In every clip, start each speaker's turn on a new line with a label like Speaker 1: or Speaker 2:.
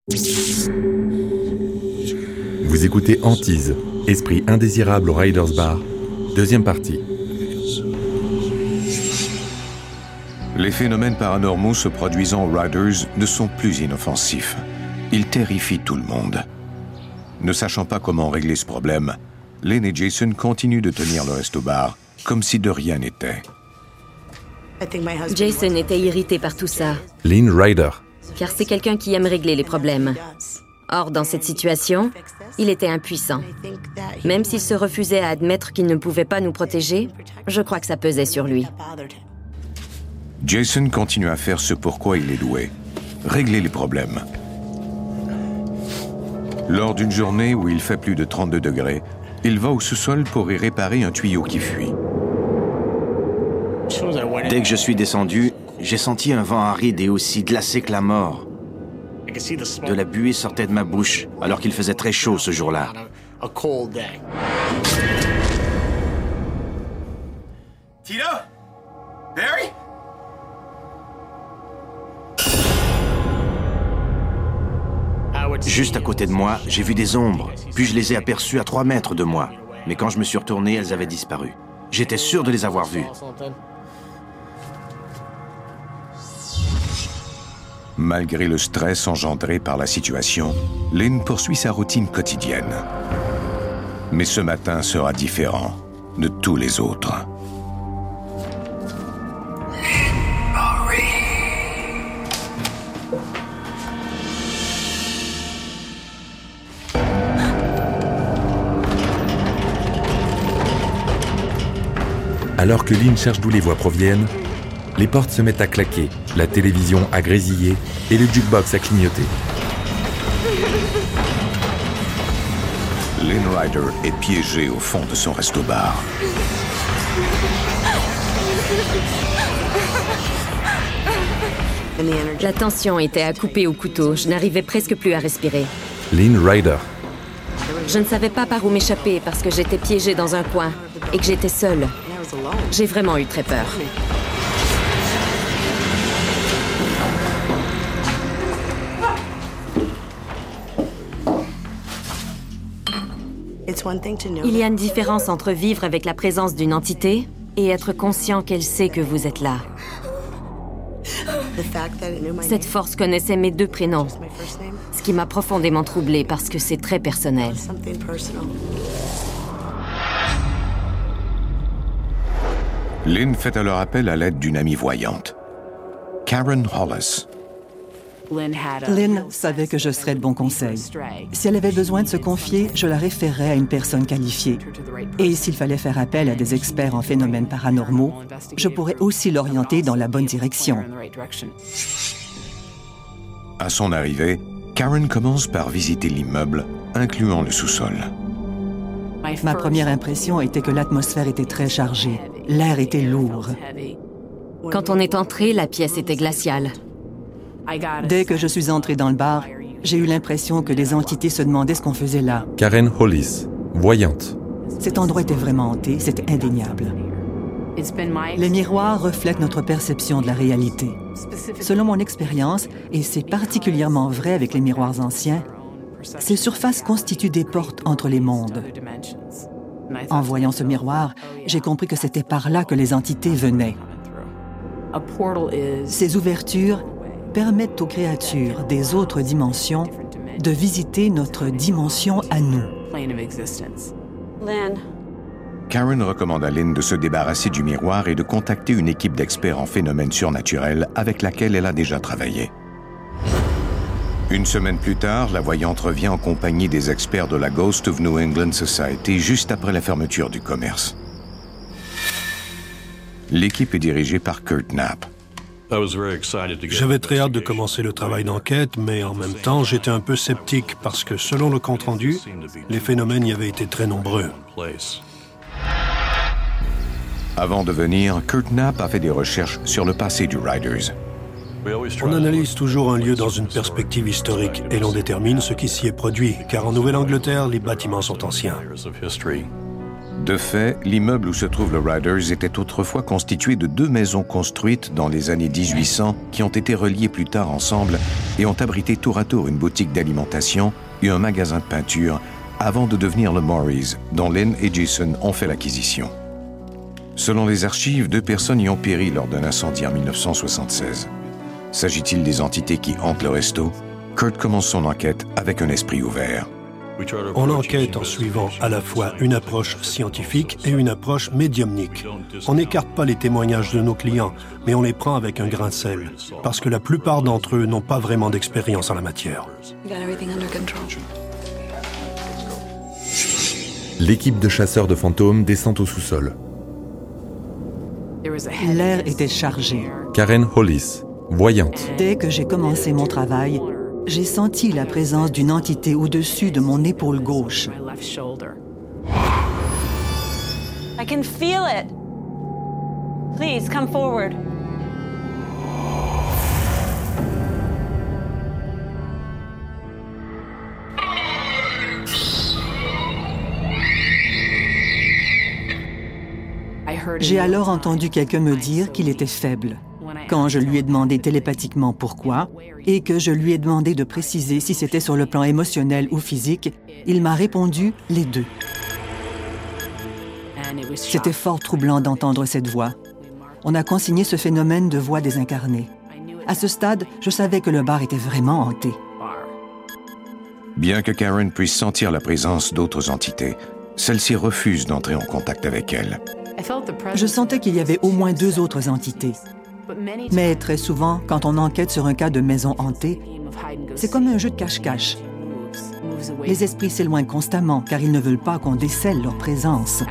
Speaker 1: Vous écoutez Hantise, esprit indésirable au Riders Bar, deuxième partie.
Speaker 2: Les phénomènes paranormaux se produisant aux Riders ne sont plus inoffensifs. Ils terrifient tout le monde. Ne sachant pas comment régler ce problème, Lynn et Jason continuent de tenir le resto-bar comme si de rien n'était.
Speaker 3: Jason était irrité par tout ça,
Speaker 1: Lynn Ryder.
Speaker 3: car c'est quelqu'un qui aime régler les problèmes. Or, dans cette situation, il était impuissant. Même s'il se refusait à admettre qu'il ne pouvait pas nous protéger, je crois que ça pesait sur lui.
Speaker 2: Jason continue à faire ce pourquoi il est doué, régler les problèmes. Lors d'une journée où il fait plus de 32 degrés, il va au sous-sol pour y réparer un tuyau qui fuit.
Speaker 4: Dès que je suis descendu, j'ai senti un vent aride et aussi glacé que la mort. De la buée sortait de ma bouche, alors qu'il faisait très chaud ce jour-là.
Speaker 5: Tito? Barry?
Speaker 4: Juste à côté de moi, j'ai vu des ombres, puis je les ai aperçues à 3 mètres de moi. Mais quand je me suis retourné, elles avaient disparu. J'étais sûr de les avoir vues.
Speaker 2: Malgré le stress engendré par la situation, Lynn poursuit sa routine quotidienne. Mais ce matin sera différent de tous les autres.
Speaker 1: Alors que Lynn cherche d'où les voix proviennent, les portes se mettent à claquer, la télévision à grésiller et le jukebox à clignoter.
Speaker 2: Lynn Ryder est piégé au fond de son resto-bar.
Speaker 3: La tension était à couper au couteau, je n'arrivais presque plus à respirer.
Speaker 1: Lynn Ryder.
Speaker 3: Je ne savais pas par où m'échapper parce que j'étais piégée dans un coin et que j'étais seule. J'ai vraiment eu très peur. Il y a une différence entre vivre avec la présence d'une entité et être conscient qu'elle sait que vous êtes là. Cette force connaissait mes 2 prénoms, ce qui m'a profondément troublée parce que c'est très personnel.
Speaker 2: Lynn fait alors appel à l'aide d'une amie voyante, Karen Hollis.
Speaker 6: Lynn savait que je serais de bon conseil. Si elle avait besoin de se confier, je la référerais à une personne qualifiée. Et s'il fallait faire appel à des experts en phénomènes paranormaux, je pourrais aussi l'orienter dans la bonne direction.
Speaker 2: À son arrivée, Karen commence par visiter l'immeuble, incluant le sous-sol.
Speaker 6: Ma première impression était que l'atmosphère était très chargée. L'air était lourd.
Speaker 3: Quand on est entré, la pièce était glaciale.
Speaker 6: Dès que je suis entrée dans le bar, j'ai eu l'impression que des entités se demandaient ce qu'on faisait là.
Speaker 1: Karen Hollis, voyante.
Speaker 6: Cet endroit était vraiment hanté, c'était indéniable. Les miroirs reflètent notre perception de la réalité. Selon mon expérience, et c'est particulièrement vrai avec les miroirs anciens, ces surfaces constituent des portes entre les mondes. En voyant ce miroir, j'ai compris que c'était par là que les entités venaient. Ces ouvertures permettent aux créatures des autres dimensions de visiter notre dimension à nous.
Speaker 2: Karen recommande à Lynn de se débarrasser du miroir et de contacter une équipe d'experts en phénomènes surnaturels avec laquelle elle a déjà travaillé. Une semaine plus tard, la voyante revient en compagnie des experts de la Ghost of New England Society juste après la fermeture du commerce. L'équipe est dirigée par Kurt Knapp.
Speaker 7: J'avais très hâte de commencer le travail d'enquête, mais en même temps, j'étais un peu sceptique parce que, selon le compte-rendu, les phénomènes y avaient été très nombreux.
Speaker 2: Avant de venir, Kurt Knapp a fait des recherches sur le passé du Riders.
Speaker 7: On analyse toujours un lieu dans une perspective historique et l'on détermine ce qui s'y est produit, car en Nouvelle-Angleterre, les bâtiments sont anciens.
Speaker 2: De fait, l'immeuble où se trouve le Riders était autrefois constitué de 2 maisons construites dans les années 1800 qui ont été reliées plus tard ensemble et ont abrité tour à tour une boutique d'alimentation et un magasin de peinture avant de devenir le Morris, dont Lynn et Jason ont fait l'acquisition. Selon les archives, 2 personnes y ont péri lors d'un incendie en 1976. S'agit-il des entités qui hantent le resto? Kurt commence son enquête avec un esprit ouvert.
Speaker 7: On enquête en suivant à la fois une approche scientifique et une approche médiumnique. On n'écarte pas les témoignages de nos clients, mais on les prend avec un grain de sel, parce que la plupart d'entre eux n'ont pas vraiment d'expérience en la matière.
Speaker 1: L'équipe de chasseurs de fantômes descend au sous-sol.
Speaker 6: L'air était chargé.
Speaker 1: Karen Hollis, voyante.
Speaker 6: Dès que j'ai commencé mon travail, j'ai senti la présence d'une entité au-dessus de mon épaule gauche.
Speaker 8: I can feel it. Please, come forward.
Speaker 6: J'ai alors entendu quelqu'un me dire qu'il était faible. Quand je lui ai demandé télépathiquement pourquoi et que je lui ai demandé de préciser si c'était sur le plan émotionnel ou physique, il m'a répondu les deux. C'était fort troublant d'entendre cette voix. On a consigné ce phénomène de voix désincarnée. À ce stade, je savais que le bar était vraiment hanté.
Speaker 2: Bien que Karen puisse sentir la présence d'autres entités, celle-ci refuse d'entrer en contact avec elle.
Speaker 6: Je sentais qu'il y avait au moins 2 autres entités. Mais très souvent, quand on enquête sur un cas de maison hantée, c'est comme un jeu de cache-cache. Les esprits s'éloignent constamment car ils ne veulent pas qu'on décèle leur présence.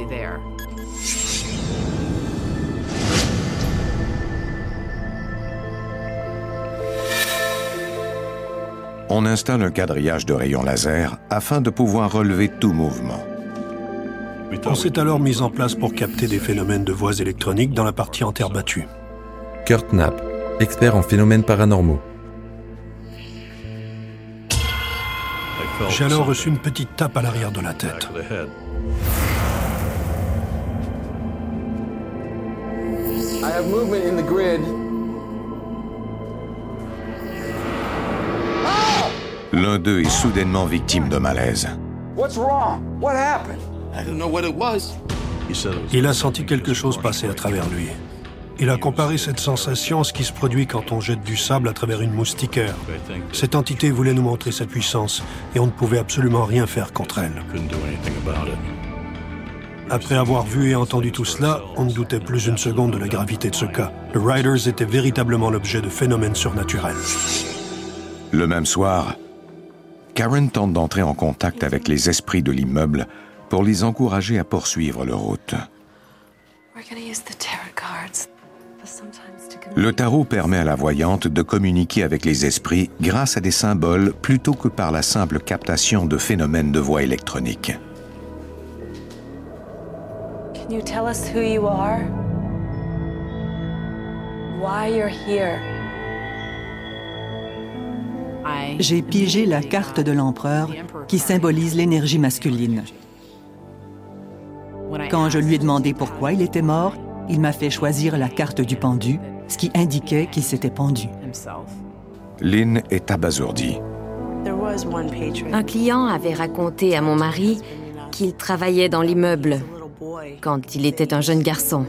Speaker 2: On installe un quadrillage de rayons laser afin de pouvoir relever tout mouvement.
Speaker 7: On s'est alors mis en place pour capter des phénomènes de voix électroniques dans la partie en terre battue.
Speaker 1: Kurt Knapp, expert en phénomènes paranormaux.
Speaker 7: J'ai alors reçu une petite tape à l'arrière de la tête.
Speaker 9: I have movement in the grid.
Speaker 2: L'un d'eux est soudainement victime de malaise.
Speaker 9: What's wrong? What happened? I don't know what it was.
Speaker 7: Il a senti quelque chose passer à travers lui. Il a comparé cette sensation à ce qui se produit quand on jette du sable à travers une moustiquaire. Cette entité voulait nous montrer sa puissance et on ne pouvait absolument rien faire contre elle. Après avoir vu et entendu tout cela, on ne doutait plus une seconde de la gravité de ce cas. Le Riders était véritablement l'objet de phénomènes surnaturels.
Speaker 2: Le même soir, Karen tente d'entrer en contact avec les esprits de l'immeuble pour les encourager à poursuivre leur route. Le tarot permet à la voyante de communiquer avec les esprits grâce à des symboles plutôt que par la simple captation de phénomènes de voix électronique.
Speaker 8: Can you tell us who you are? Why you're here?
Speaker 6: J'ai pigé la carte de l'empereur qui symbolise l'énergie masculine. Quand je lui ai demandé pourquoi il était mort, il m'a fait choisir la carte du pendu, ce qui indiquait qu'il s'était pendu.
Speaker 2: Lynn est abasourdie.
Speaker 3: Un client avait raconté à mon mari qu'il travaillait dans l'immeuble quand il était un jeune garçon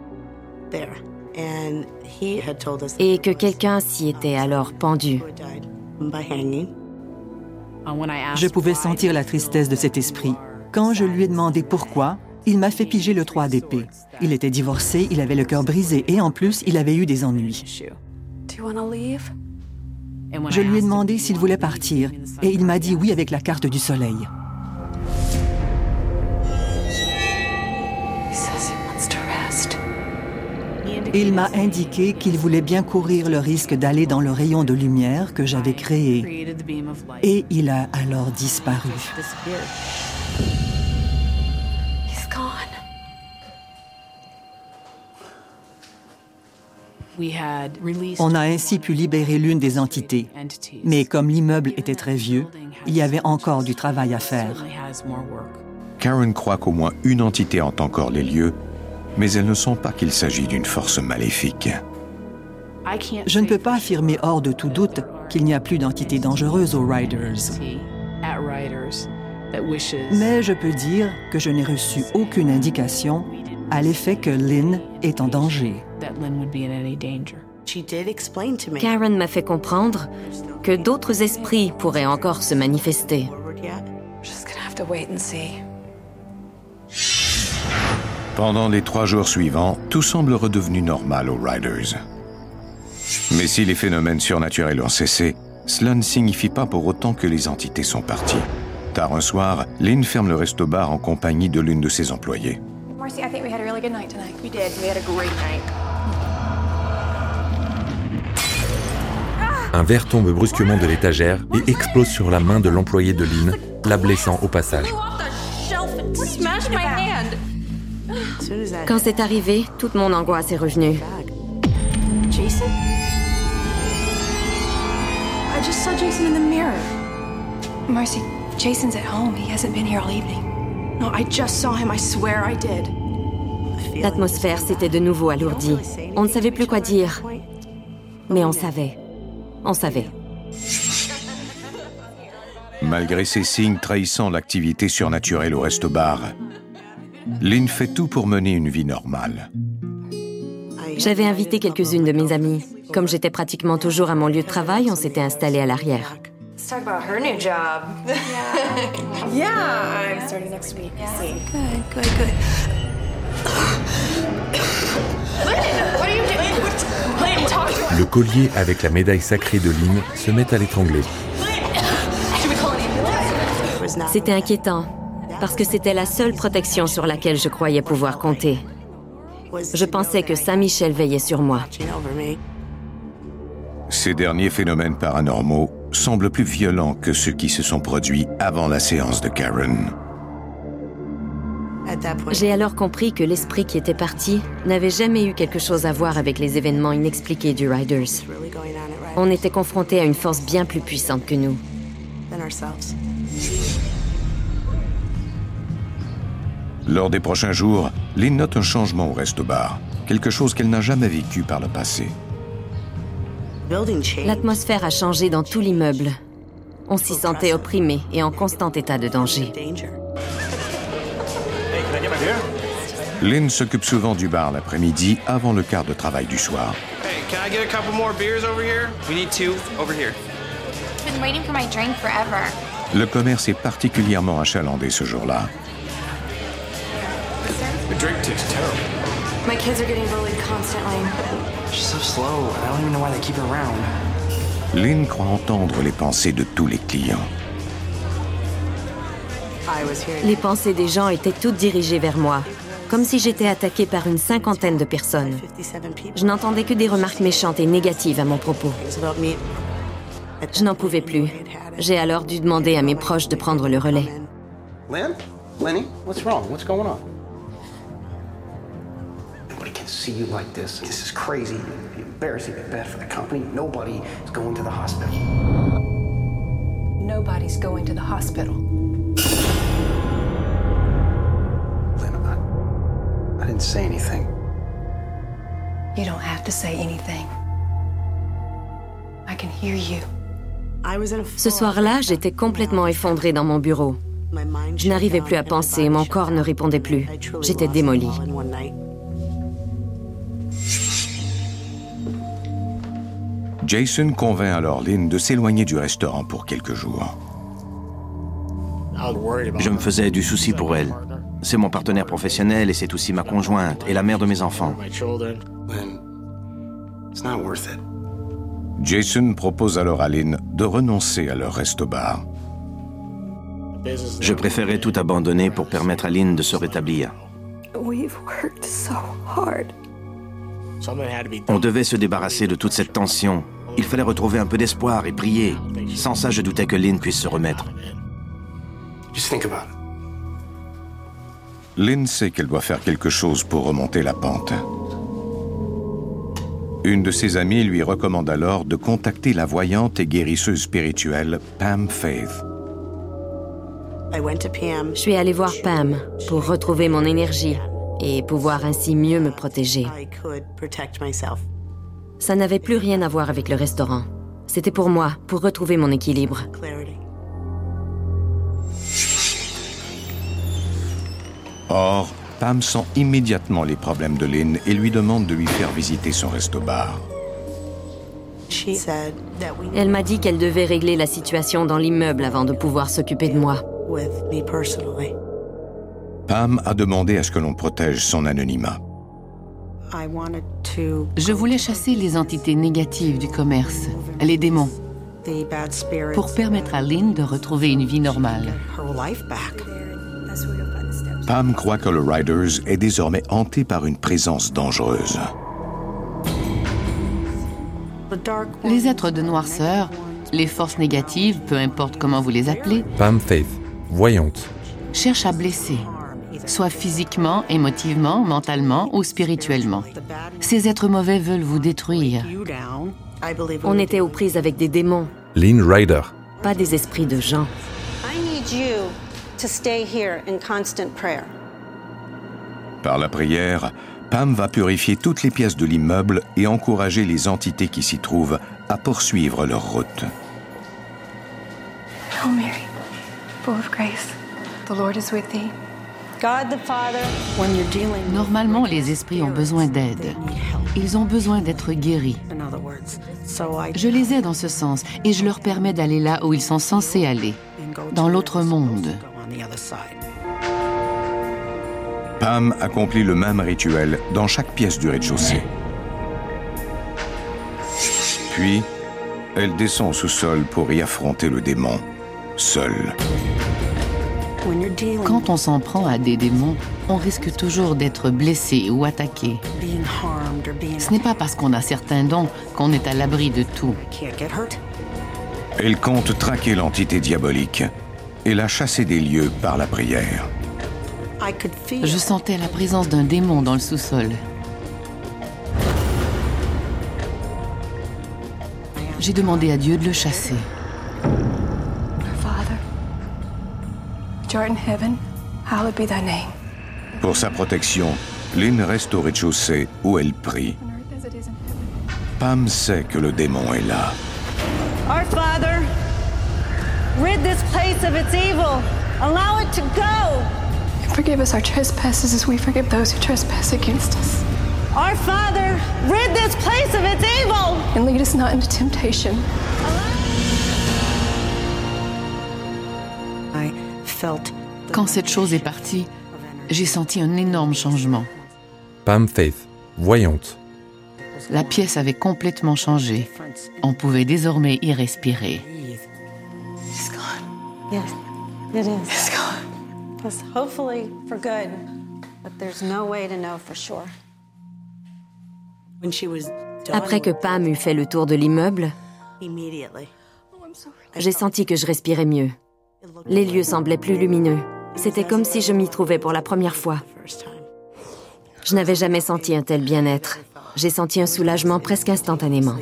Speaker 3: et que quelqu'un s'y était alors pendu.
Speaker 6: Je pouvais sentir la tristesse de cet esprit. Quand je lui ai demandé pourquoi, il m'a fait piger le 3 d'épée. Il était divorcé, il avait le cœur brisé et en plus, il avait eu des ennuis. Je lui ai demandé s'il voulait partir et il m'a dit oui avec la carte du soleil. Il m'a indiqué qu'il voulait bien courir le risque d'aller dans le rayon de lumière que j'avais créé. Et il a alors disparu. On a ainsi pu libérer l'une des entités. Mais comme l'immeuble était très vieux, il y avait encore du travail à faire.
Speaker 2: Karen croit qu'au moins une entité hante encore les lieux, mais elle ne sent pas qu'il s'agit d'une force maléfique.
Speaker 6: Je ne peux pas affirmer hors de tout doute qu'il n'y a plus d'entité dangereuse aux Riders. Mais je peux dire que je n'ai reçu aucune indication à l'effet que Lynn est en danger.
Speaker 3: Karen m'a fait comprendre que d'autres esprits pourraient encore se manifester.
Speaker 2: Pendant les 3 jours suivants, tout semble redevenu normal aux Riders. Mais si les phénomènes surnaturels ont cessé, cela ne signifie pas pour autant que les entités sont parties. Tard un soir, Lynn ferme le resto-bar en compagnie de l'une de ses employées.
Speaker 10: Marcy, I think we had a really good night tonight. We did. We had a great night.
Speaker 1: Un verre tombe brusquement de l'étagère et explose sur la main de l'employé de Lynn, la blessant au passage.
Speaker 3: Quand c'est arrivé, toute mon angoisse est revenue.
Speaker 10: Jason? I just saw Jason in the mirror. Marcy, Jason's at home. He hasn't been here all evening. No, I just saw him. I swear I did.
Speaker 3: L'atmosphère s'était de nouveau alourdie. On ne savait plus quoi dire. Mais on savait. On savait.
Speaker 2: Malgré ces signes trahissant l'activité surnaturelle au resto-bar, Lynn fait tout pour mener une vie normale.
Speaker 3: J'avais invité quelques-unes de mes amies. Comme j'étais pratiquement toujours à mon lieu de travail, on s'était installé à l'arrière.
Speaker 8: Let's talk about her new job. Yeah, I'm starting next week. See.
Speaker 10: Good.
Speaker 8: Lynn, what are you doing? Lynn, talk to her.
Speaker 1: Le collier avec la médaille sacrée de Lynn se met à l'étrangler.
Speaker 8: Should we call an ambulance?
Speaker 3: C'était inquiétant, parce que c'était la seule protection sur laquelle je croyais pouvoir compter. Je pensais que Saint-Michel veillait sur moi.
Speaker 2: Ces derniers phénomènes paranormaux semblent plus violents que ceux qui se sont produits avant la séance de Karen.
Speaker 3: J'ai alors compris que l'esprit qui était parti n'avait jamais eu quelque chose à voir avec les événements inexpliqués du Riders. On était confrontés à une force bien plus puissante que nous.
Speaker 2: Lors des prochains jours, Lynn note un changement au resto-bar, quelque chose qu'elle n'a jamais vécu par le passé.
Speaker 3: L'atmosphère a changé dans tout l'immeuble. On s'y sentait opprimé et en constant état de danger.
Speaker 2: Lynn s'occupe souvent du bar l'après-midi avant le quart de travail du soir.
Speaker 5: Hey, can I get a couple more beers over here? We need 2 over here.
Speaker 10: I've been waiting for my drink forever.
Speaker 2: Le commerce est particulièrement achalandé ce jour-là.
Speaker 5: The drink tastes terrible.
Speaker 8: My kids are getting bullied constantly.
Speaker 11: She's so slow. I don't even know why they keep her around.
Speaker 2: Lynn croit entendre les pensées de tous les clients.
Speaker 3: Les pensées des gens étaient toutes dirigées vers moi, comme si j'étais attaquée par une 50aine de personnes. Je n'entendais que des remarques méchantes et négatives à mon propos. Je n'en pouvais plus. J'ai alors dû demander à mes proches de prendre le relais.
Speaker 11: Lynn? Lenny? What's wrong? What's going on? Nobody can see you like this. This is crazy. It'd be embarrassing and bad for the company. Nobody is going to the hospital.
Speaker 10: Nobody's going to the hospital.
Speaker 11: Lynn, I didn't say anything.
Speaker 10: You don't have to say anything. I can hear you.
Speaker 3: Ce soir-là, j'étais complètement effondrée dans mon bureau. Je n'arrivais plus à penser, mon corps ne répondait plus. J'étais démolie.
Speaker 2: Jason convainc alors Lynn de s'éloigner du restaurant pour quelques jours.
Speaker 4: Je me faisais du souci pour elle. C'est mon partenaire professionnel et c'est aussi ma conjointe et la mère de mes enfants.
Speaker 11: Lynn, it's not worth it.
Speaker 2: Jason propose alors à Lynn de renoncer à leur resto-bar.
Speaker 4: Je préférais tout abandonner pour permettre à Lynn de se rétablir.
Speaker 10: We've worked so hard.
Speaker 4: On devait se débarrasser de toute cette tension. Il fallait retrouver un peu d'espoir et prier. Sans ça, je doutais que Lynn puisse se remettre.
Speaker 11: Just think about it.
Speaker 2: Lynn sait qu'elle doit faire quelque chose pour remonter la pente. Une de ses amies lui recommande alors de contacter la voyante et guérisseuse spirituelle Pam Faith.
Speaker 3: Je suis allée voir Pam pour retrouver mon énergie et pouvoir ainsi mieux me protéger. Ça n'avait plus rien à voir avec le restaurant. C'était pour moi, pour retrouver mon équilibre.
Speaker 2: Or, Pam sent immédiatement les problèmes de Lynn et lui demande de lui faire visiter son resto-bar.
Speaker 3: Elle m'a dit qu'elle devait régler la situation dans l'immeuble avant de pouvoir s'occuper de moi.
Speaker 2: Pam a demandé à ce que l'on protège son anonymat.
Speaker 12: Je voulais chasser les entités négatives du commerce, les démons, pour permettre à Lynn de retrouver une vie normale.
Speaker 2: Pam croit que le Riders est désormais hanté par une présence dangereuse.
Speaker 12: Les êtres de noirceur, les forces négatives, peu importe comment vous les appelez,
Speaker 1: Pam Faith, voyante.
Speaker 12: cherchent à blesser, soit physiquement, émotivement, mentalement ou spirituellement. Ces êtres mauvais veulent vous détruire.
Speaker 3: On était aux prises avec des démons,
Speaker 1: Lynn Ryder.
Speaker 3: pas des esprits de gens.
Speaker 2: Par la prière, Pam va purifier toutes les pièces de l'immeuble et encourager les entités qui s'y trouvent à poursuivre leur route.
Speaker 10: Hail Mary, full of grace, the Lord is with thee.
Speaker 12: Normalement, les esprits ont besoin d'aide. Ils ont besoin d'être guéris. Je les aide en ce sens et je leur permets d'aller là où ils sont censés aller, dans l'autre monde.
Speaker 2: Pam accomplit le même rituel dans chaque pièce du rez-de-chaussée. Puis, elle descend au sous-sol pour y affronter le démon, seule.
Speaker 12: Quand on s'en prend à des démons, on risque toujours d'être blessé ou attaqué. Ce n'est pas parce qu'on a certains dons qu'on est à l'abri de tout.
Speaker 2: Elle compte traquer l'entité diabolique et la chasser des lieux par la prière.
Speaker 12: Je sentais la présence d'un démon dans le sous-sol. J'ai demandé à Dieu de le chasser.
Speaker 10: Father, which art in heaven, hallowed be thy name.
Speaker 2: Pour sa protection, Lynn reste au rez-de-chaussée où elle prie. Pam sait que le démon est là.
Speaker 13: Our Father, rid this place of its evil. Allow it to go.
Speaker 10: Forgive us our trespasses as we forgive those who trespass against us.
Speaker 13: Our Father, rid this place of its evil.
Speaker 10: And lead us not into temptation.
Speaker 12: Quand cette chose est partie, j'ai senti un énorme changement.
Speaker 1: Pam Faith, voyante.
Speaker 12: La pièce avait complètement changé. On pouvait désormais y respirer.
Speaker 10: It's gone.
Speaker 8: Yes, it is.
Speaker 10: It's gone.
Speaker 8: It's hopefully for good, but there's no way to know for sure.
Speaker 3: Après que Pam eut fait le tour de l'immeuble, j'ai senti que je respirais mieux. Les lieux semblaient plus lumineux. C'était comme si je m'y trouvais pour la première fois. Je n'avais jamais senti un tel bien-être. J'ai senti un soulagement presque instantanément.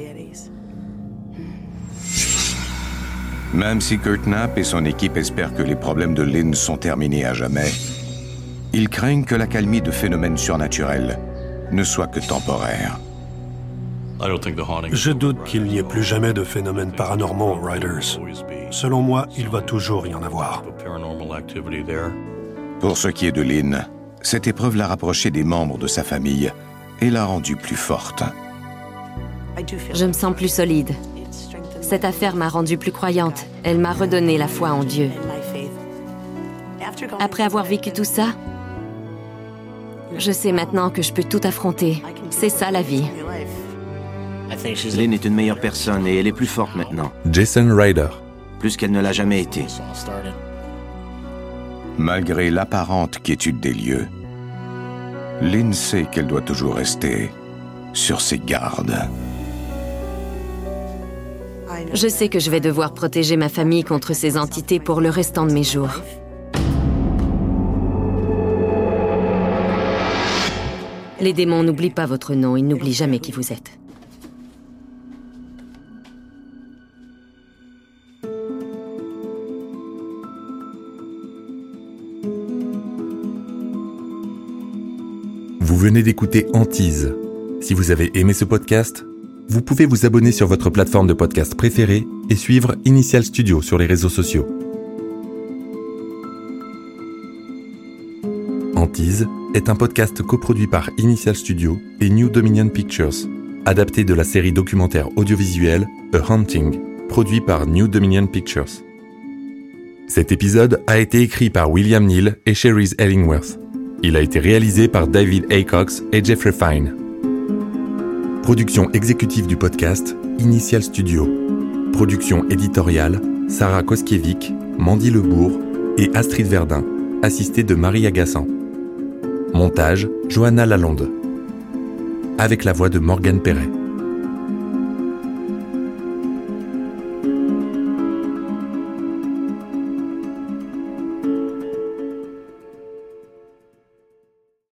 Speaker 2: Même si Kurt Knapp et son équipe espèrent que les problèmes de Lynn sont terminés à jamais, ils craignent que l'accalmie de phénomènes surnaturels ne soit que temporaire.
Speaker 7: Je doute qu'il n'y ait plus jamais de phénomènes paranormaux aux Riders. Selon moi, il va toujours y en avoir.
Speaker 2: Pour ce qui est de Lynn, cette épreuve l'a rapprochée des membres de sa famille et l'a rendue plus forte.
Speaker 3: Je me sens plus solide. Cette affaire m'a rendue plus croyante. Elle m'a redonné la foi en Dieu. Après avoir vécu tout ça, je sais maintenant que je peux tout affronter. C'est ça la vie.
Speaker 4: Lynn est une meilleure personne et elle est plus forte maintenant.
Speaker 1: Jason Ryder.
Speaker 4: Plus qu'elle ne l'a jamais été.
Speaker 2: Malgré l'apparente quiétude des lieux, Lynn sait qu'elle doit toujours rester sur ses gardes.
Speaker 3: Je sais que je vais devoir protéger ma famille contre ces entités pour le restant de mes jours. Les démons n'oublient pas votre nom, ils n'oublient jamais qui vous êtes.
Speaker 1: venez d'écouter Antise. Si vous avez aimé ce podcast, vous pouvez vous abonner sur votre plateforme de podcast préférée et suivre Initial Studio sur les réseaux sociaux. Antise est un podcast coproduit par Initial Studio et New Dominion Pictures, adapté de la série documentaire audiovisuelle A Haunting, produit par New Dominion Pictures. Cet épisode a été écrit par William Neal et Cherise Ellingworth. Il a été réalisé par David Aycox et Jeffrey Fine. Production exécutive du podcast, Initial Studio. Production éditoriale, Sarah Koskiewicz, Mandy Lebourg et Astrid Verdun, assistée de Marie Agassan. Montage, Johanna Lalonde. Avec la voix de Morgane Perret.